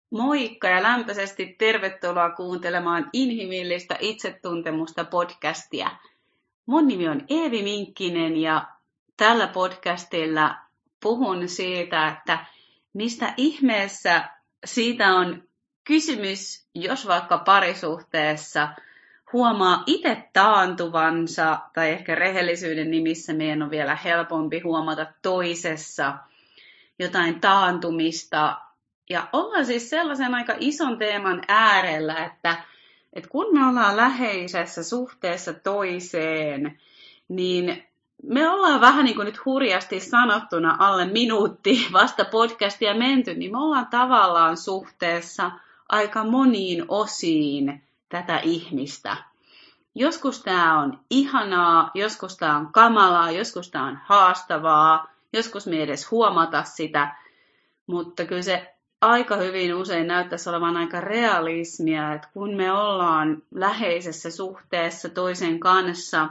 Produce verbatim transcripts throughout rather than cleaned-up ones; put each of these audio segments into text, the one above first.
Moikka ja lämpöisesti tervetuloa kuuntelemaan Inhimillistä itsetuntemusta podcastia. Mun nimi on Eevi Minkkinen ja tällä podcastilla puhun siitä, että mistä ihmeessä siitä on kysymys, jos vaikka parisuhteessa huomaa itse taantuvansa, tai ehkä rehellisyyden nimissä meidän on vielä helpompi huomata toisessa jotain taantumista. Ja ollaan siis sellaisen aika ison teeman äärellä, että, että kun me ollaan läheisessä suhteessa toiseen, niin me ollaan vähän niin kuin nyt hurjasti sanottuna alle minuutti vasta podcastia menty, niin me ollaan tavallaan suhteessa aika moniin osiin tätä ihmistä. Joskus tämä on ihanaa, joskus tämä on kamalaa, joskus tämä on haastavaa, joskus me ei edes huomata sitä, mutta kyllä se aika hyvin usein näyttäisi olevan aika realismia, että kun me ollaan läheisessä suhteessa toisen kanssa,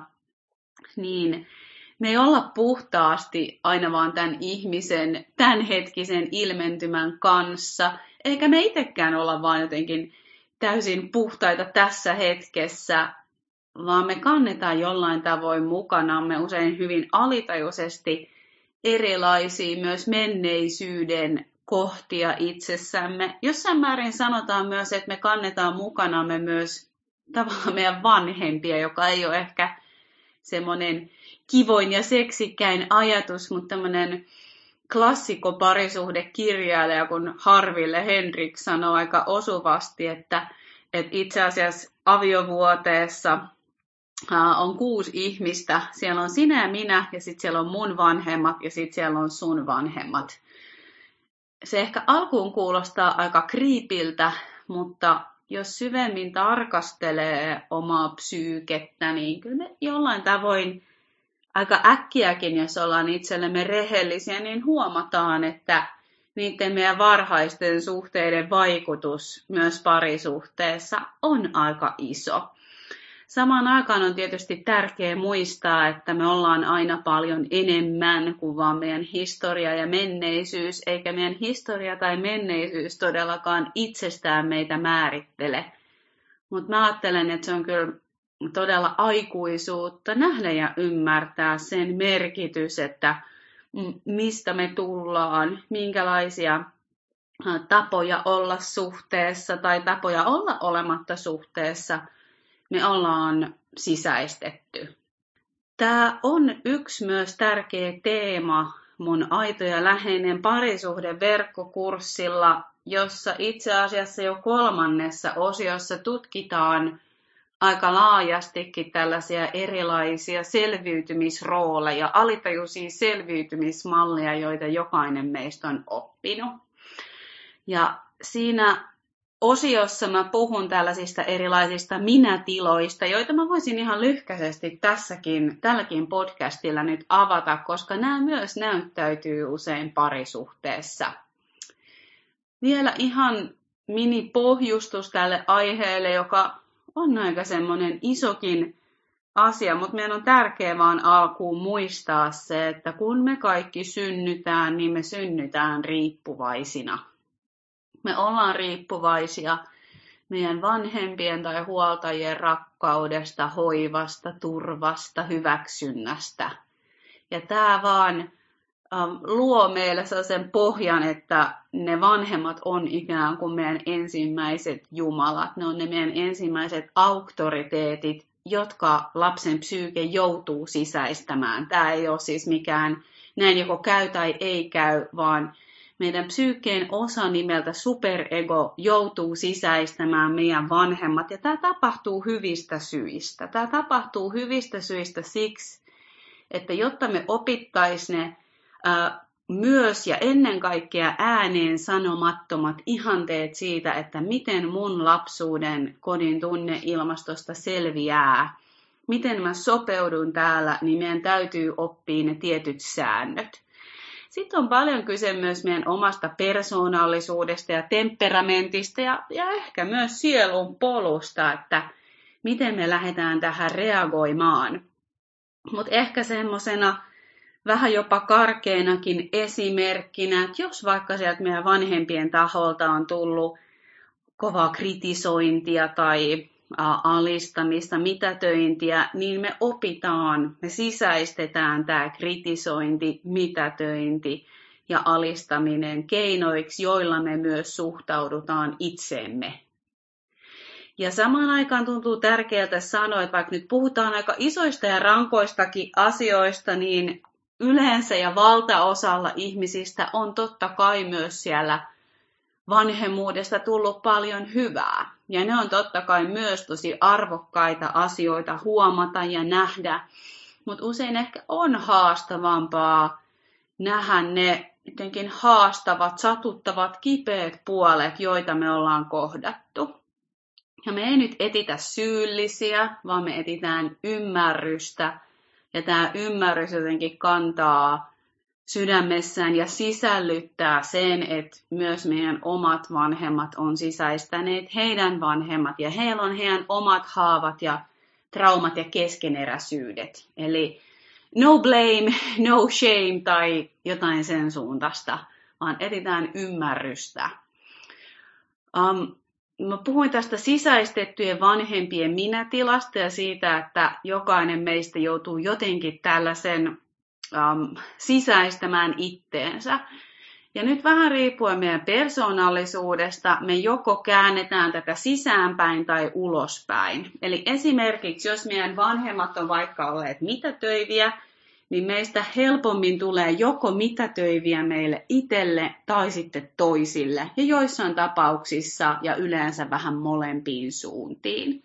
niin me ei olla puhtaasti aina vaan tämän ihmisen tämänhetkisen ilmentymän kanssa, eikä me itsekään olla vaan jotenkin täysin puhtaita tässä hetkessä, vaan me kannetaan jollain tavoin mukanamme usein hyvin alitajuisesti erilaisia myös menneisyyden kohtia itsessämme. Jossain määrin sanotaan myös, että me kannetaan mukanamme myös tavallaan meidän vanhempia, joka ei ole ehkä semmoinen kivoin ja seksikkäin ajatus, mutta tämmöinen klassikko parisuhdekirjailija kun Harville Henrik sanoo aika osuvasti, että, että itse asiassa aviovuoteessa on kuusi ihmistä. Siellä on sinä ja minä, ja sitten siellä on mun vanhemmat, ja sitten siellä on sun vanhemmat. Se ehkä alkuun kuulostaa aika kriipiltä, mutta jos syvemmin tarkastelee omaa psyykettä, niin kyllä me jollain tavoin aika äkkiäkin, jos ollaan itsellemme rehellisiä, niin huomataan, että niiden meidän varhaisten suhteiden vaikutus myös parisuhteessa on aika iso. Samaan aikaan on tietysti tärkeää muistaa, että me ollaan aina paljon enemmän kuin vaan meidän historia ja menneisyys, eikä meidän historia tai menneisyys todellakaan itsestään meitä määrittele. Mutta mä ajattelen, että se on kyllä todella aikuisuutta nähdä ja ymmärtää sen merkitys, että mistä me tullaan, minkälaisia tapoja olla suhteessa tai tapoja olla olematta suhteessa me ollaan sisäistetty. Tämä on yksi myös tärkeä teema mun aito ja läheinen parisuhde verkkokurssilla, jossa itse asiassa jo kolmannessa osiossa tutkitaan aika laajastikin tällaisia erilaisia selviytymisrooleja, alitajuisia selviytymismalleja, joita jokainen meistä on oppinut. Ja siinä osiossa mä puhun tällaisista erilaisista minätiloista, joita mä voisin ihan lyhkäisesti tässäkin, tälläkin podcastilla nyt avata, koska nämä myös näyttäytyy usein parisuhteessa. Vielä ihan mini-pohjustus tälle aiheelle, joka on aika semmoinen isokin asia, mutta meidän on tärkeää vaan alkuun muistaa se, että kun me kaikki synnytään, niin me synnytään riippuvaisina. Me ollaan riippuvaisia meidän vanhempien tai huoltajien rakkaudesta, hoivasta, turvasta, hyväksynnästä. Ja tämä vaan ähm, luo meille sellaisen pohjan, että ne vanhemmat on ikään kuin meidän ensimmäiset jumalat. Ne on ne meidän ensimmäiset auktoriteetit, jotka lapsen psyyke joutuu sisäistämään. Tämä ei ole siis mikään näin joko käy tai ei käy, vaan meidän psyykkeen osa nimeltä superego joutuu sisäistämään meidän vanhemmat, ja tämä tapahtuu hyvistä syistä. Tämä tapahtuu hyvistä syistä siksi, että jotta me opittaisiin ne ää, myös ja ennen kaikkea ääneen sanomattomat ihanteet siitä, että miten mun lapsuuden kodin tunneilmastosta selviää, miten mä sopeudun täällä, niin meidän täytyy oppia ne tietyt säännöt. Sitten on paljon kyse myös meidän omasta persoonallisuudesta ja temperamentista ja, ja ehkä myös sielun polusta, että miten me lähdetään tähän reagoimaan. Mutta ehkä semmoisena vähän jopa karkeenakin esimerkkinä, että jos vaikka sieltä meidän vanhempien taholta on tullut kovaa kritisointia tai alistamista, mitätöintiä, niin me opitaan, me sisäistetään tämä kritisointi, mitätöinti ja alistaminen keinoiksi, joilla me myös suhtaudutaan itseemme. Ja samaan aikaan tuntuu tärkeältä sanoa, että vaikka nyt puhutaan aika isoista ja rankoistakin asioista, niin yleensä ja valtaosalla ihmisistä on totta kai myös siellä vanhemmuudesta tullut paljon hyvää. Ja ne on totta kai myös tosi arvokkaita asioita huomata ja nähdä, mutta usein ehkä on haastavampaa nähdä ne jotenkin haastavat, satuttavat, kipeät puolet, joita me ollaan kohdattu. Ja me ei nyt etitä syyllisiä, vaan me etitään ymmärrystä. Ja tämä ymmärrys jotenkin kantaa sydämessään ja sisällyttää sen, että myös meidän omat vanhemmat on sisäistäneet heidän vanhemmat. Ja heillä on heidän omat haavat ja traumat ja keskeneräisyydet. Eli no blame, no shame tai jotain sen suuntaista, vaan etsitään ymmärrystä. Um, Mä puhuin tästä sisäistettyjen vanhempien minätilasta ja siitä, että jokainen meistä joutuu jotenkin tällaisen um, sisäistämään itteensä. Ja nyt vähän riippuen meidän persoonallisuudesta, me joko käännetään tätä sisäänpäin tai ulospäin. Eli esimerkiksi, jos meidän vanhemmat on vaikka olleet mitätöiviä, niin meistä helpommin tulee joko mitätöiviä meille itselle tai sitten toisille. Ja joissain tapauksissa ja yleensä vähän molempiin suuntiin.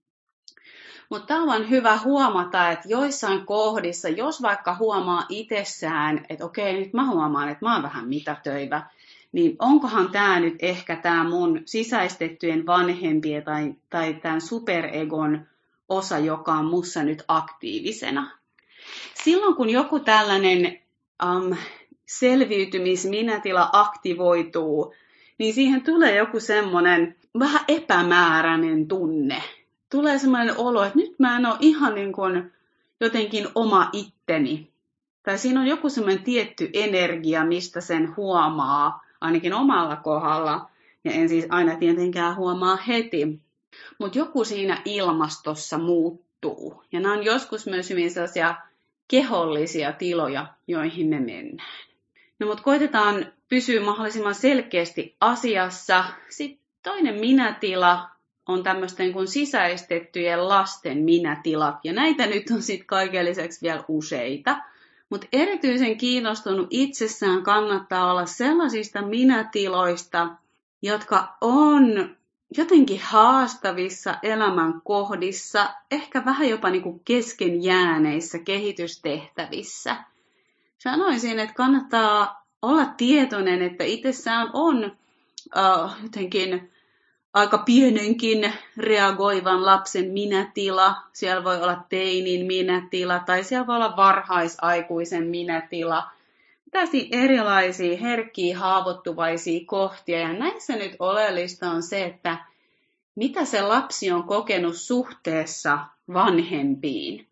Mutta on hyvä huomata, että joissain kohdissa, jos vaikka huomaa itsessään, että okei, nyt mä huomaan, että mä oon vähän mitätöivä, niin onkohan tämä nyt ehkä tämä mun sisäistettyjen vanhempien tai, tai tämän superegon osa, joka on mussa nyt aktiivisena. Silloin kun joku tällainen um, selviytymisminätila aktivoituu, niin siihen tulee joku semmoinen vähän epämääräinen tunne. Tulee semmoinen olo, että nyt mä en ole ihan niin kuin jotenkin oma itteni. Tai siinä on joku semmoinen tietty energia, mistä sen huomaa, ainakin omalla kohdalla. Ja en siis aina tietenkään huomaa heti. Mutta joku siinä ilmastossa muuttuu. Ja nämä on joskus myös hyvin sellaisia kehollisia tiloja, joihin me mennään. No mutta koitetaan pysyä mahdollisimman selkeästi asiassa. Sitten toinen minätila on tämmöisten kuin sisäistettyjen lasten minätilat. Ja näitä nyt on sitten kaiken lisäksi vielä useita. Mutta erityisen kiinnostunut itsessään kannattaa olla sellaisista minätiloista, jotka on jotenkin haastavissa elämän kohdissa, ehkä vähän jopa niin kuin kesken jääneissä kehitystehtävissä. Sanoisin, että kannattaa olla tietoinen, että itsessään on uh, jotenkin aika pienenkin reagoivan lapsen minätila. Siellä voi olla teinin minätila tai siellä voi olla varhaisaikuisen minätila. Tällaisia erilaisia herkkiä, haavoittuvaisia kohtia. Ja näissä nyt oleellista on se, että mitä se lapsi on kokenut suhteessa vanhempiin.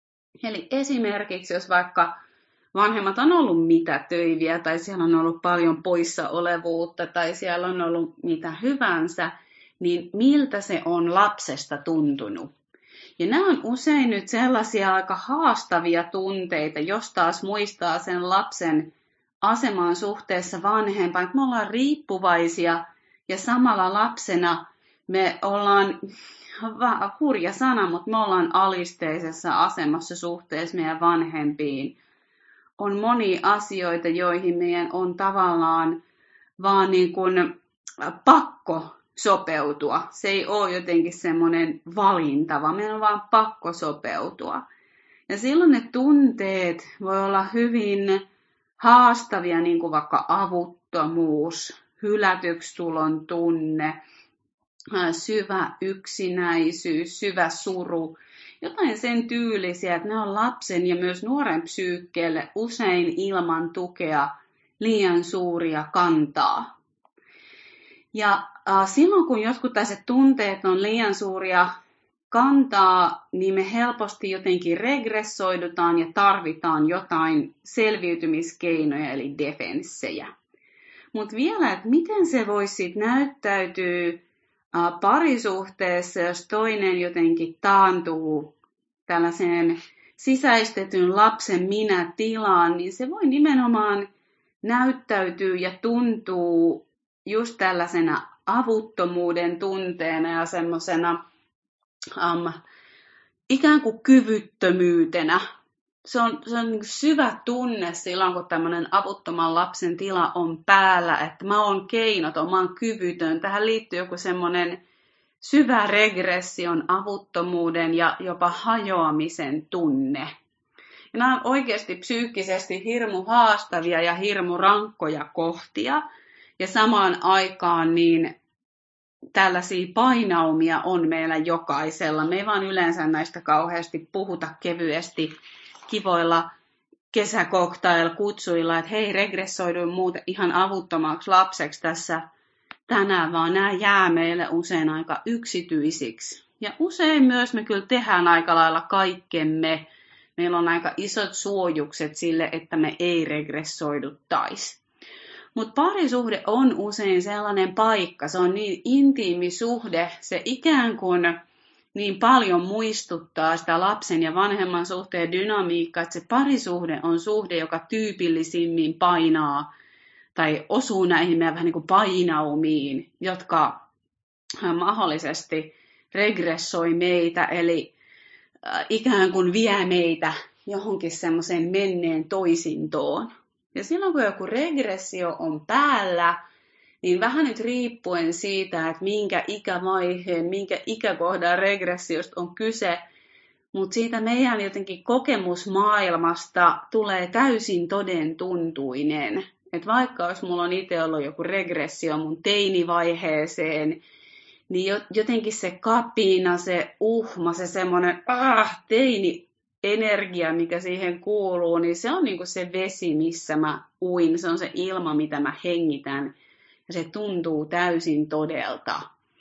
Eli esimerkiksi, jos vaikka vanhemmat on ollut mitätöiviä tai siellä on ollut paljon poissaolevuutta tai siellä on ollut mitä hyvänsä, niin miltä se on lapsesta tuntunut. Ja nämä on usein nyt sellaisia aika haastavia tunteita, jos taas muistaa sen lapsen aseman suhteessa vanhempaan, että me ollaan riippuvaisia ja samalla lapsena me ollaan, hurja sana, mutta me ollaan alisteisessa asemassa suhteessa meidän vanhempiin. On monia asioita, joihin meidän on tavallaan vaan niin kuin pakko sopeutua. Se ei ole jotenkin semmoinen valinta, vaan meidän on vaan pakko sopeutua. Ja silloin ne tunteet voi olla hyvin haastavia, niin kuin vaikka avuttomuus, hylätyksi tulon tunne, syvä yksinäisyys, syvä suru, jotain sen tyylisiä, että ne on lapsen ja myös nuoren psyykkeelle usein ilman tukea liian suuria kantaa. Ja äh, silloin kun jotkut tällaiset tunteet on liian suuria kantaa, niin me helposti jotenkin regressoidutaan ja tarvitaan jotain selviytymiskeinoja eli defenssejä. Mutta vielä, että miten se voisi näyttäytyä äh, parisuhteessa, jos toinen jotenkin taantuu tällaiseen sisäistetyn lapsen minä-tilaan, niin se voi nimenomaan näyttäytyy ja tuntuu just tällaisena avuttomuuden tunteena ja semmoisena um, ikään kuin kyvyttömyytenä. Se on, se on syvä tunne silloin, kun tämmöinen avuttoman lapsen tila on päällä, että mä oon keinoton, mä oon kyvytön. Tähän liittyy joku semmoinen syvä regression, avuttomuuden ja jopa hajoamisen tunne. Ja nämä on oikeasti psyykkisesti hirmu haastavia ja hirmu rankkoja kohtia. Ja samaan aikaan niin tällaisia painaumia on meillä jokaisella. Me ei vaan yleensä näistä kauheasti puhuta kevyesti kivoilla kesäcocktail-kutsuilla, että hei, regressoiduin muuten ihan avuttomaksi lapseksi tässä tänään, vaan nämä jää meille usein aika yksityisiksi. Ja usein myös me kyllä tehdään aika lailla kaikkemme. Meillä on aika isot suojukset sille, että me ei regressoiduttaisi. Mutta parisuhde on usein sellainen paikka, se on niin intiimi suhde, se ikään kuin niin paljon muistuttaa sitä lapsen ja vanhemman suhteen dynamiikkaa, että se parisuhde on suhde, joka tyypillisimmin painaa tai osuu näihin meidän vähän niin kuin painaumiin, jotka mahdollisesti regressoi meitä, eli ikään kuin vie meitä johonkin semmoiseen menneen toisintoon. Ja silloin kun joku regressio on päällä, niin vähän nyt riippuen siitä, että minkä ikävaiheen, minkä ikäkohdan regressiosta on kyse, mutta siitä meidän jotenkin kokemusmaailmasta tulee täysin todentuntuinen. Että vaikka jos mulla on itse ollut joku regressio mun teinivaiheeseen, niin jotenkin se kapina, se uhma, se semmoinen ah, teini-energia, mikä siihen kuuluu, niin se on niinku se vesi, missä mä uin. Se on se ilma, mitä mä hengitän. Ja se tuntuu täysin todelta.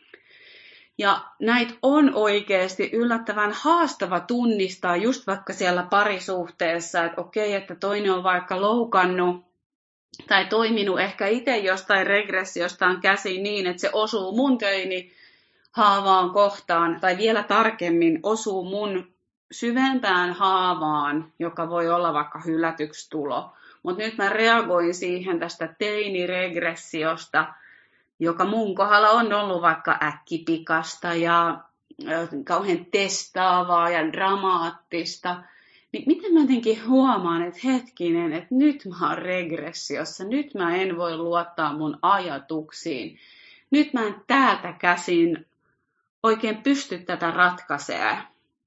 Ja näitä on oikeasti yllättävän haastava tunnistaa just vaikka siellä parisuhteessa, että okei, että toinen on vaikka loukannut tai toiminut ehkä itse jostain regressiostaan käsin niin, että se osuu mun teini haavaan kohtaan, tai vielä tarkemmin osuu mun syvempään haavaan, joka voi olla vaikka hylätyksi tulo. Mutta nyt mä reagoin siihen tästä teiniregressiosta, joka mun kohdalla on ollut vaikka äkkipikasta ja kauhean testaavaa ja dramaattista. Niin miten mä jotenkin huomaan, että hetkinen, että nyt mä oon regressiossa, nyt mä en voi luottaa mun ajatuksiin. Nyt mä en täältä käsin oikein pysty tätä ratkaisemaan.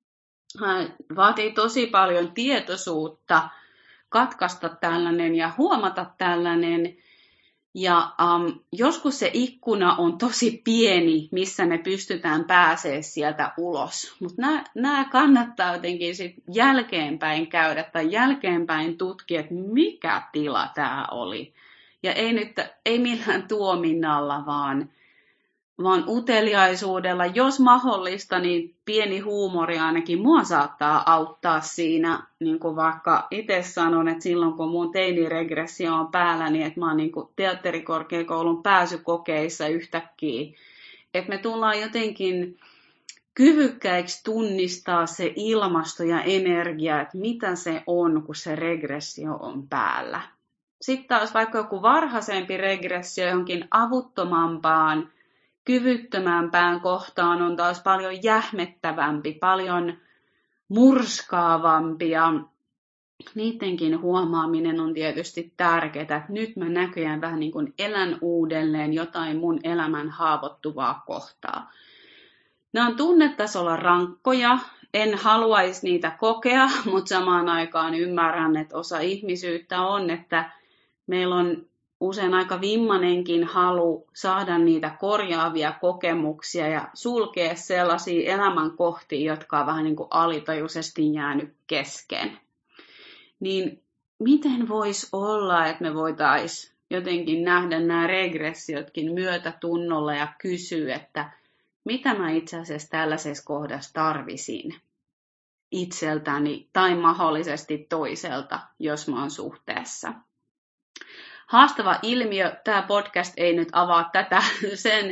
Vaatii tosi paljon tietoisuutta katkaista tällainen ja huomata tällainen. Ja um, joskus se ikkuna on tosi pieni, missä me pystytään pääsemään sieltä ulos. Mutta nämä kannattaa jotenkin sit jälkeenpäin käydä tai jälkeenpäin tutkia, että mikä tila tämä oli. Ja ei, nyt, ei millään tuominnalla, vaan, vaan uteliaisuudella. Jos mahdollista, niin pieni huumori ainakin mua saattaa auttaa siinä. Niin kuin vaikka itse sanon, että silloin kun mun teiniregressio on päällä, niin että mä oon niin kuin teatterikorkeakoulun pääsykokeissa yhtäkkiä. Että me tullaan jotenkin kyvykkäiksi tunnistaa se ilmasto ja energia, että mitä se on, kun se regressio on päällä. Sitten taas vaikka joku varhaisempi regressio johonkin avuttomampaan, kyvyttömämpään kohtaan on taas paljon jähmettävämpi, paljon murskaavampi ja niidenkin huomaaminen on tietysti tärkeää, että nyt mä näköjään vähän niin kuin elän uudelleen jotain mun elämän haavoittuvaa kohtaa. Nämä on tunnetasolla rankkoja, en haluaisi niitä kokea, mutta samaan aikaan ymmärrän, että osa ihmisyyttä on, että meillä on usein aika vimmanenkin halu saada niitä korjaavia kokemuksia ja sulkea sellaisia elämänkohtia, jotka on vähän niin kuin alitajuisesti jäänyt kesken. Niin miten voisi olla, että me voitaisiin jotenkin nähdä nämä regressiotkin myötätunnolla ja kysyä, että mitä mä itse asiassa tällaisessa kohdassa tarvisin itseltäni tai mahdollisesti toiselta, jos mä oon suhteessa. Haastava ilmiö, tämä podcast ei nyt avaa tätä sen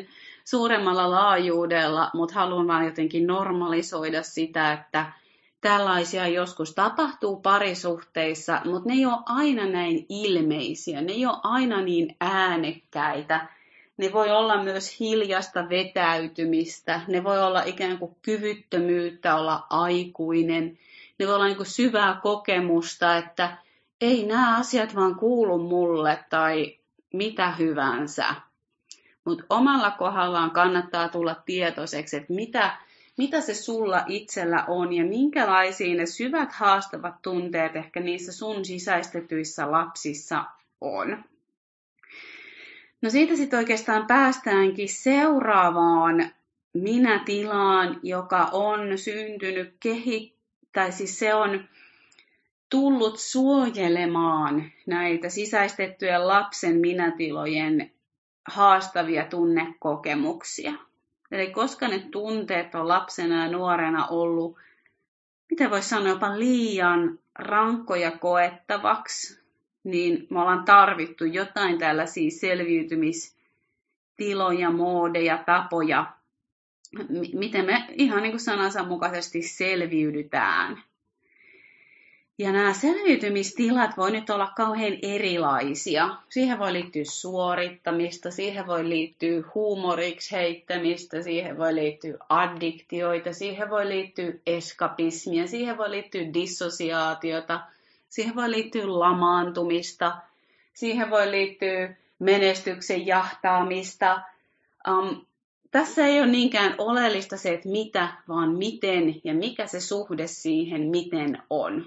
suuremmalla laajuudella, mutta haluan vaan jotenkin normalisoida sitä, että tällaisia joskus tapahtuu parisuhteissa, mutta ne ei ole aina näin ilmeisiä, ne ei ole aina niin äänekkäitä. Ne voi olla myös hiljasta vetäytymistä, ne voi olla ikään kuin kyvyttömyyttä olla aikuinen, ne voi olla niin kuin syvää kokemusta, että ei nämä asiat vaan kuulu mulle tai mitä hyvänsä. Mutta omalla kohdallaan kannattaa tulla tietoiseksi, että mitä, mitä se sulla itsellä on ja minkälaisia ne syvät haastavat tunteet ehkä niissä sun sisäistetyissä lapsissa on. No siitä sitten oikeastaan päästäänkin seuraavaan minätilaan, joka on syntynyt kehi, tai siis se on tullut suojelemaan näitä sisäistettyjen lapsen minätilojen haastavia tunnekokemuksia. Eli koska ne tunteet on lapsena ja nuorena ollut, miten voisi sanoa, jopa liian rankkoja koettavaksi, niin me ollaan tarvittu jotain tällaisia selviytymistiloja, moodeja, tapoja, miten me ihan niin kuin sanansa mukaisesti selviydytään. Ja nämä selviytymistilat voi nyt olla kauhean erilaisia. Siihen voi liittyä suorittamista, siihen voi liittyä huumoriksi heittämistä, siihen voi liittyä addiktioita, siihen voi liittyä eskapismia, siihen voi liittyä dissosiaatiota, siihen voi liittyä lamaantumista, siihen voi liittyä menestyksen jahtaamista. Um, tässä ei ole niinkään oleellista se, että mitä, vaan miten ja mikä se suhde siihen miten on.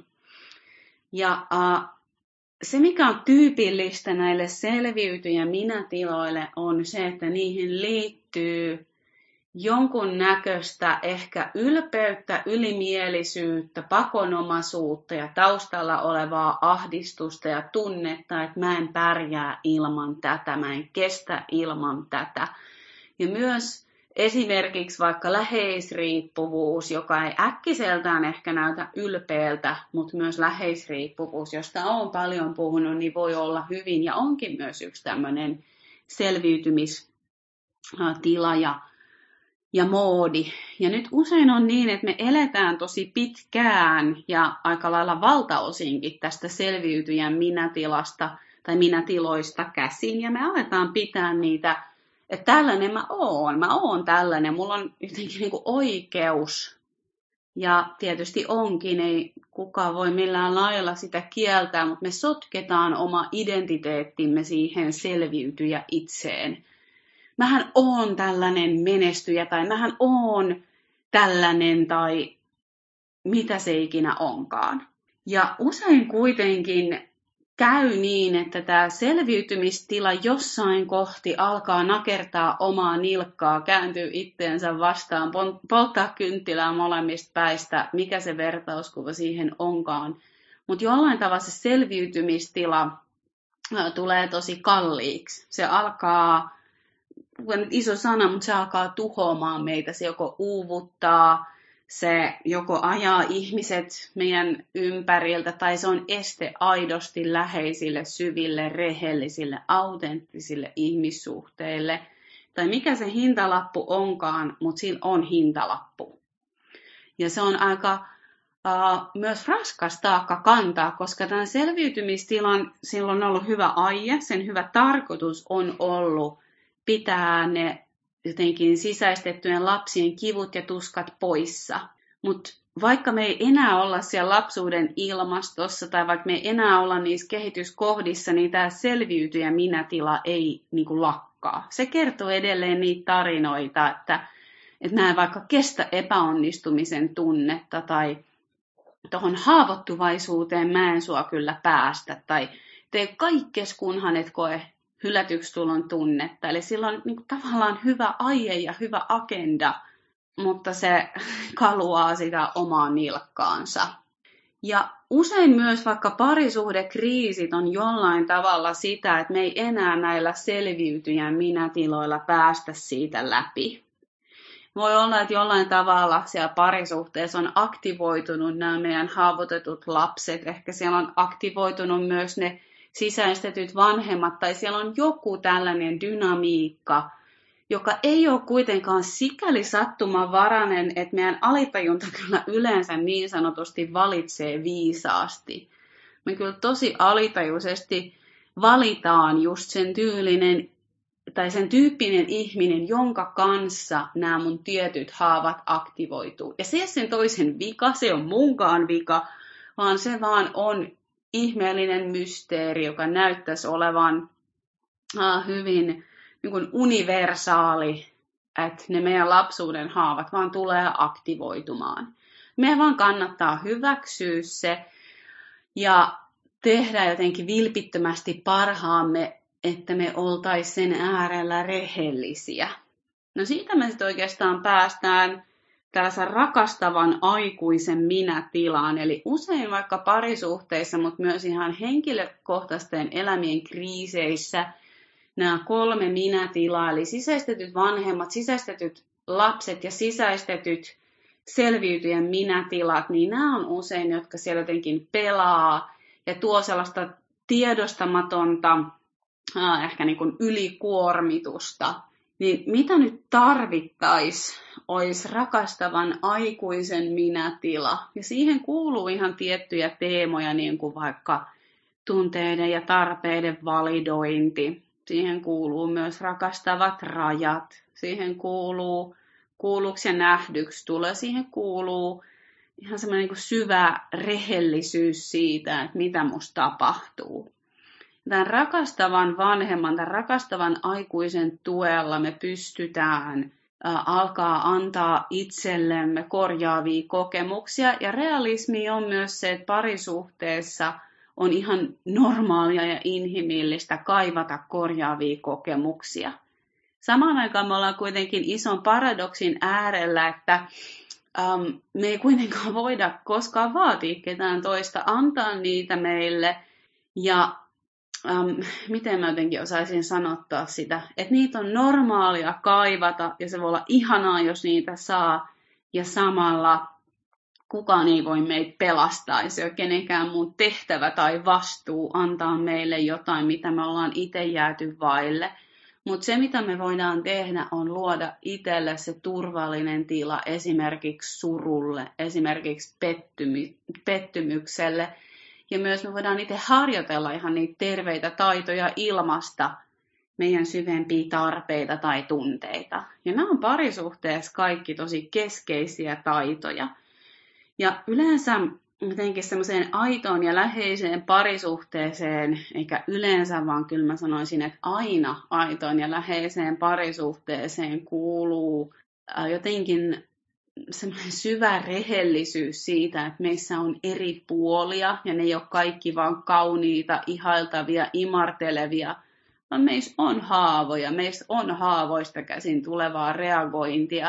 Ja uh, se, mikä on tyypillistä näille selviytyjä minätiloille, on se, että niihin liittyy jonkun näköistä ehkä ylpeyttä, ylimielisyyttä, pakonomaisuutta ja taustalla olevaa ahdistusta ja tunnetta, että mä en pärjää ilman tätä, mä en kestä ilman tätä. Ja myös esimerkiksi vaikka läheisriippuvuus, joka ei äkkiseltään ehkä näytä ylpeältä, mutta myös läheisriippuvuus, josta olen paljon puhunut, niin voi olla hyvin ja onkin myös yksi tämmöinen selviytymistila ja, ja moodi. Ja nyt usein on niin, että me eletään tosi pitkään ja aika lailla valtaosinkin tästä selviytyjän minätilasta tai minätiloista käsin ja me aletaan pitää niitä, että tällainen mä oon, mä oon tällainen, mulla on jotenkin niin kuin oikeus. Ja tietysti onkin, ei kukaan voi millään lailla sitä kieltää, mutta me sotketaan oma identiteettimme siihen selviytyjä itseen. Mähän oon tällainen menestyjä tai mähän oon tällainen tai mitä se ikinä onkaan. Ja usein kuitenkin käy niin, että tämä selviytymistila jossain kohti alkaa nakertaa omaa nilkkaa, kääntyy itteensä vastaan, polttaa kynttilää molemmista päistä, mikä se vertauskuva siihen onkaan. Mutta jollain tavalla se selviytymistila tulee tosi kalliiksi. Se alkaa, nyt iso sana, mutta se alkaa tuhoamaan meitä. Se joko uuvuttaa, se joko ajaa ihmiset meidän ympäriltä tai se on este aidosti läheisille, syville, rehellisille, autenttisille ihmissuhteille. Tai mikä se hintalappu onkaan, mutta sillä on hintalappu. Ja se on aika uh, myös raskas taakka kantaa, koska tämän selviytymistilan sillä on ollut hyvä aie, sen hyvä tarkoitus on ollut pitää ne jotenkin sisäistettyjen lapsien kivut ja tuskat poissa. Mutta vaikka me ei enää olla siellä lapsuuden ilmastossa tai vaikka me ei enää olla niissä kehityskohdissa, niin tämä selviytyjä minätila ei niinku lakkaa. Se kertoo edelleen niitä tarinoita, että, että mä en vaikka kestä epäonnistumisen tunnetta tai tuohon haavoittuvaisuuteen mä en sua kyllä päästä tai tee kaikkes kunhan et koe hylätyksi tulon tunnetta. Eli sillä on niin kuin, tavallaan hyvä aie ja hyvä agenda, mutta se kaluaa sitä omaa nilkkaansa. Ja usein myös vaikka parisuhdekriisit on jollain tavalla sitä, että me ei enää näillä selviytyjän minätiloilla päästä siitä läpi. Voi olla, että jollain tavalla siellä parisuhteessa on aktivoitunut nämä meidän haavoitetut lapset. Ehkä siellä on aktivoitunut myös ne sisäistetyt vanhemmat, tai siellä on joku tällainen dynamiikka, joka ei ole kuitenkaan sikäli sattumanvarainen, että meidän alitajunta kyllä yleensä niin sanotusti valitsee viisaasti. Me kyllä tosi alitajuisesti valitaan just sen tyylinen tai sen tyyppinen ihminen, jonka kanssa nämä mun tietyt haavat aktivoituu. Ja se ei ole sen toisen vika, se on munkaan vika, vaan se vaan on ihmeellinen mysteeri, joka näyttäisi olevan äh, hyvin niin kuin universaali, että ne meidän lapsuuden haavat vaan tulee aktivoitumaan. Meidän vaan kannattaa hyväksyä se ja tehdä jotenkin vilpittömästi parhaamme, että me oltaisiin sen äärellä rehellisiä. No siitä me sitten oikeastaan päästään tällaisen rakastavan aikuisen minä-tilaan. Eli usein vaikka parisuhteissa, mutta myös ihan henkilökohtaisten elämien kriiseissä nämä kolme minä-tilaa, eli sisäistetyt vanhemmat, sisäistetyt lapset ja sisäistetyt selviytyjän minä-tilat, niin nämä on usein, jotka siellä jotenkin pelaa ja tuo sellaista tiedostamatonta, äh, ehkä niin kuin ylikuormitusta. Niin mitä nyt tarvittaisi, olisi rakastavan aikuisen minä-tila. Ja siihen kuuluu ihan tiettyjä teemoja, niin kuin vaikka tunteiden ja tarpeiden validointi. Siihen kuuluu myös rakastavat rajat. Siihen kuuluu kuulluksi ja nähdyksi tulee. Siihen kuuluu ihan semmoinen niin kuin syvä rehellisyys siitä, että mitä musta tapahtuu. Tämän rakastavan vanhemman, tämän rakastavan aikuisen tuella me pystytään ä, alkaa antaa itsellemme korjaavia kokemuksia. Ja realismi on myös se, että parisuhteessa on ihan normaalia ja inhimillistä kaivata korjaavia kokemuksia. Samaan aikaan me ollaan kuitenkin ison paradoksin äärellä, että äm, me ei kuitenkaan voida koskaan vaatia ketään toista antaa niitä meille. Ja äm, miten mä jotenkin osaisin sanottaa sitä, että niitä on normaalia kaivata ja se voi olla ihanaa, jos niitä saa. Ja samalla kukaan ei voi meitä pelastaa, ei se ole kenenkään muun tehtävä tai vastuu antaa meille jotain, mitä me ollaan itse jääty vaille. Mutta se, mitä me voidaan tehdä, on luoda itselle se turvallinen tila esimerkiksi surulle, esimerkiksi pettymy- pettymykselle. Ja myös me voidaan itse harjoitella ihan niitä terveitä taitoja ilmasta meidän syvempiä tarpeita tai tunteita. Ja nämä on parisuhteessa kaikki tosi keskeisiä taitoja. Ja yleensä jotenkin semmoiseen aitoon ja läheiseen parisuhteeseen, eikä yleensä, vaan kyllä mä sanoisin, että aina aitoon ja läheiseen parisuhteeseen kuuluu jotenkin semmoinen syvä rehellisyys siitä, että meissä on eri puolia ja ne ei ole kaikki vaan kauniita, ihailtavia, imartelevia, vaan meissä on haavoja, meissä on haavoista käsin tulevaa reagointia.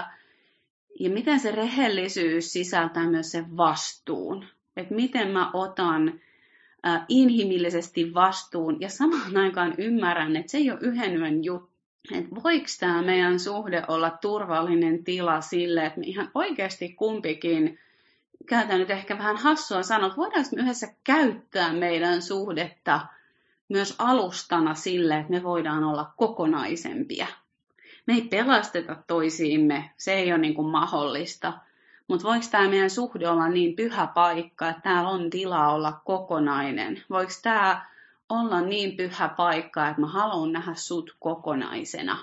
Ja miten se rehellisyys sisältää myös sen vastuun. Että miten mä otan äh, inhimillisesti vastuun ja samaan aikaan ymmärrän, että se ei ole yhden yön juttu. Että voiko tämä meidän suhde olla turvallinen tila sille, että me ihan oikeasti kumpikin, käytän nyt ehkä vähän hassua sanoa, että voidaanko me yhdessä käyttää meidän suhdetta myös alustana sille, että me voidaan olla kokonaisempia. Me ei pelasteta toisiimme, se ei ole niin kuin mahdollista. Mutta voiko tämä meidän suhde olla niin pyhä paikka, että täällä on tilaa olla kokonainen? Voiko tämä olla niin pyhä paikka, että mä haluan nähdä sut kokonaisena?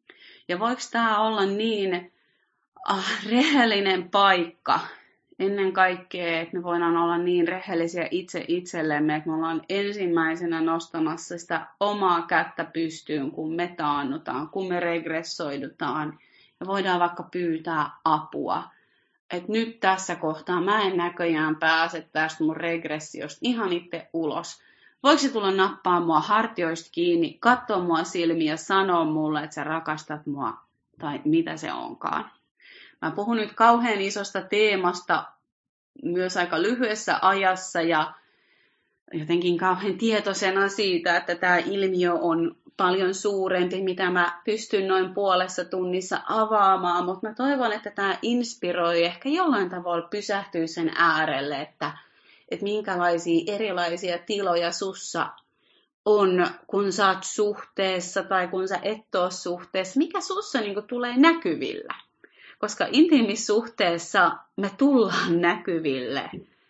Ja voiko tämä olla niin ah, rehellinen paikka, ennen kaikkea, että me voidaan olla niin rehellisiä itse itsellemme, että me ollaan ensimmäisenä nostamassa sitä omaa kättä pystyyn, kun me taannutaan, kun me regressoidutaan ja voidaan vaikka pyytää apua. Että nyt tässä kohtaa mä en näköjään pääse tästä mun regressiosta ihan itse ulos. Voiko se tulla nappaa mua hartioista kiinni, katsoa mua silmiä ja sanoa mulle, että sä rakastat mua tai mitä se onkaan. Mä puhun nyt kauhean isosta teemasta myös aika lyhyessä ajassa ja jotenkin kauhean tietoisena siitä, että tämä ilmiö on paljon suurempi, mitä mä pystyn noin puolessa tunnissa avaamaan, mutta mä toivon, että tämä inspiroi ehkä jollain tavalla pysähtyä sen äärelle, että, että minkälaisia erilaisia tiloja sussa on, kun sä oot suhteessa tai kun sä et ole suhteessa, mikä sussa niin kuin tulee näkyville. Koska intiimissuhteessa me tullaan näkyville.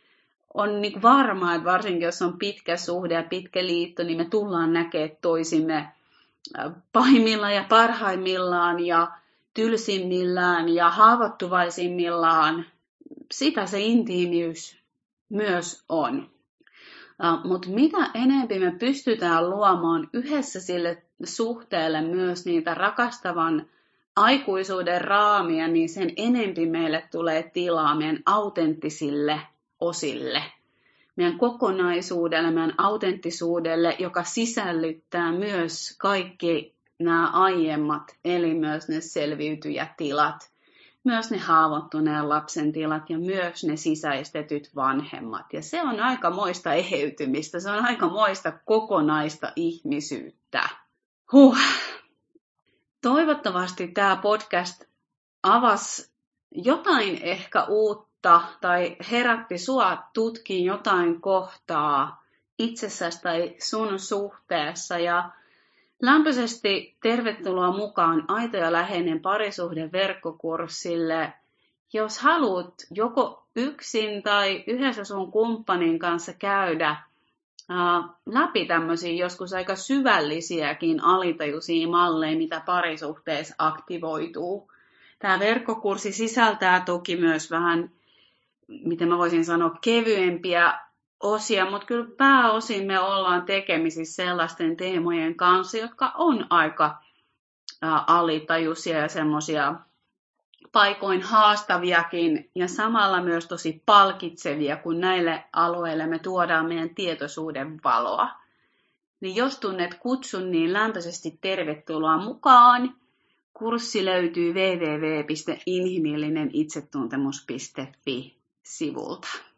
On niin varmaa, että varsinkin jos on pitkä suhde ja pitkä liitto, niin me tullaan näkemään toisimme pahimmillaan ja parhaimmillaan ja tylsimmillään ja haavoittuvaisimmillaan. Sitä se intiimiys myös on. Mutta mitä enemmän me pystytään luomaan yhdessä sille suhteelle myös niitä rakastavan aikuisuuden raamia, niin sen enempi meille tulee tilaa meidän autenttisille osille, meidän kokonaisuudelle, meidän autenttisuudelle, joka sisällyttää myös kaikki nämä aiemmat, eli myös ne selviytyjätilat, myös ne haavoittuneen lapsen tilat ja myös ne sisäistetyt vanhemmat. Ja se on aikamoista eheytymistä, se on aikamoista kokonaista ihmisyyttä. Huh. Toivottavasti tämä podcast avasi jotain ehkä uutta tai herätti sua tutkiin jotain kohtaa itsessäsi tai sun suhteessa. Ja lämpöisesti tervetuloa mukaan Aito ja läheinen parisuhde verkkokurssille. Jos haluat joko yksin tai yhdessä sun kumppanin kanssa käydä Uh, läpi tämmöisiä joskus aika syvällisiäkin alitajuisia malleja, mitä parisuhteessa aktivoituu. Tämä verkkokurssi sisältää toki myös vähän, miten mä voisin sanoa, kevyempiä osia, mutta kyllä pääosin me ollaan tekemisissä sellaisten teemojen kanssa, jotka on aika uh, alitajuisia ja semmoisia paikoin haastaviakin ja samalla myös tosi palkitsevia, kun näille alueille me tuodaan meidän tietoisuuden valoa. Niin jos tunnet kutsun, niin lämpöisesti tervetuloa mukaan. Kurssi löytyy double-u double-u double-u piste inhimillinen itsetuntemus piste fi sivulta.